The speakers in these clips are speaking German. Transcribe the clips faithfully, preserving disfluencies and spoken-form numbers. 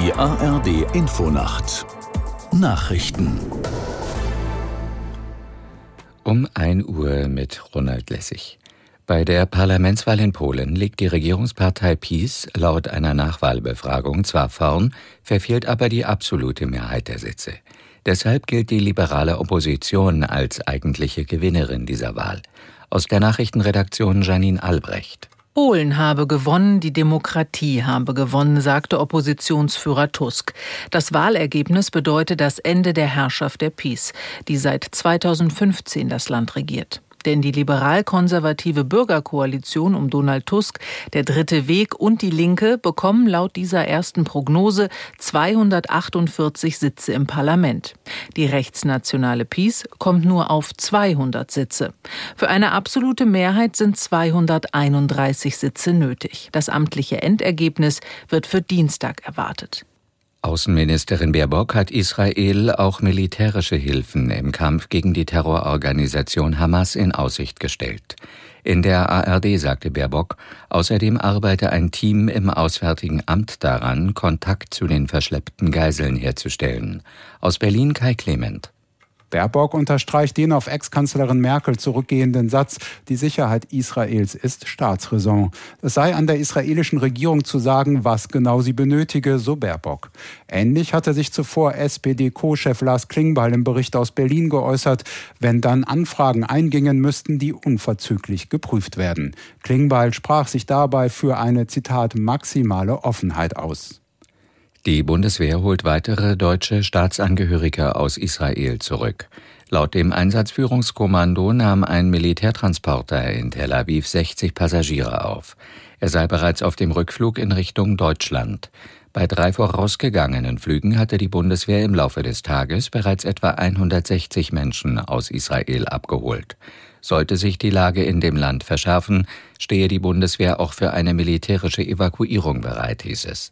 Die A R D Infonacht Nachrichten Um ein Uhr mit Ronald Lessig. Bei der Parlamentswahl in Polen liegt die Regierungspartei PiS laut einer Nachwahlbefragung zwar vorn, verfehlt aber die absolute Mehrheit der Sitze. Deshalb gilt die liberale Opposition als eigentliche Gewinnerin dieser Wahl. Aus der Nachrichtenredaktion Janine Albrecht. Polen habe gewonnen, die Demokratie habe gewonnen, sagte Oppositionsführer Tusk. Das Wahlergebnis bedeute das Ende der Herrschaft der PiS, die seit zweitausendfünfzehn das Land regiert. Denn die liberal-konservative Bürgerkoalition um Donald Tusk, der Dritte Weg und die Linke bekommen laut dieser ersten Prognose zweihundertachtundvierzig Sitze im Parlament. Die rechtsnationale PiS kommt nur auf zweihundert Sitze. Für eine absolute Mehrheit sind zweihunderteinunddreißig Sitze nötig. Das amtliche Endergebnis wird für Dienstag erwartet. Außenministerin Baerbock hat Israel auch militärische Hilfen im Kampf gegen die Terrororganisation Hamas in Aussicht gestellt. In der A R D sagte Baerbock, außerdem arbeite ein Team im Auswärtigen Amt daran, Kontakt zu den verschleppten Geiseln herzustellen. Aus Berlin Kai Clement. Baerbock unterstreicht den auf Ex-Kanzlerin Merkel zurückgehenden Satz, die Sicherheit Israels ist Staatsräson. Es sei an der israelischen Regierung zu sagen, was genau sie benötige, so Baerbock. Ähnlich hatte sich zuvor S P D-Co-Chef Lars Klingbeil im Bericht aus Berlin geäußert. Wenn dann Anfragen eingingen, müssten die unverzüglich geprüft werden. Klingbeil sprach sich dabei für eine, Zitat, maximale Offenheit aus. Die Bundeswehr holt weitere deutsche Staatsangehörige aus Israel zurück. Laut dem Einsatzführungskommando nahm ein Militärtransporter in Tel Aviv sechzig Passagiere auf. Er sei bereits auf dem Rückflug in Richtung Deutschland. Bei drei vorausgegangenen Flügen hatte die Bundeswehr im Laufe des Tages bereits etwa hundertsechzig Menschen aus Israel abgeholt. Sollte sich die Lage in dem Land verschärfen, stehe die Bundeswehr auch für eine militärische Evakuierung bereit, hieß es.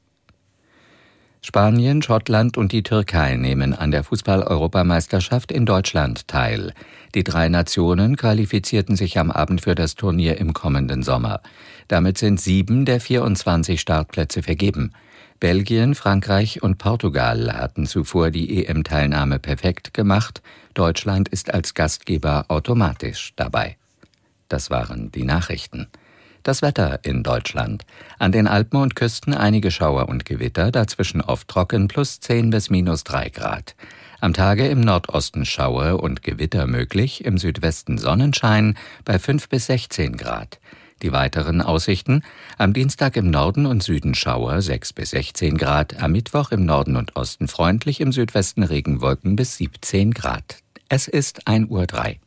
Spanien, Schottland und die Türkei nehmen an der Fußball-Europameisterschaft in Deutschland teil. Die drei Nationen qualifizierten sich am Abend für das Turnier im kommenden Sommer. Damit sind sieben der vierundzwanzig Startplätze vergeben. Belgien, Frankreich und Portugal hatten zuvor die E M-Teilnahme perfekt gemacht. Deutschland ist als Gastgeber automatisch dabei. Das waren die Nachrichten. Das Wetter in Deutschland. An den Alpen und Küsten einige Schauer und Gewitter, dazwischen oft trocken, plus zehn bis minus drei Grad. Am Tage im Nordosten Schauer und Gewitter möglich, im Südwesten Sonnenschein bei fünf bis sechzehn Grad. Die weiteren Aussichten: am Dienstag im Norden und Süden Schauer sechs bis sechzehn Grad, am Mittwoch im Norden und Osten freundlich, im Südwesten Regenwolken bis siebzehn Grad. Es ist ein Uhr drei.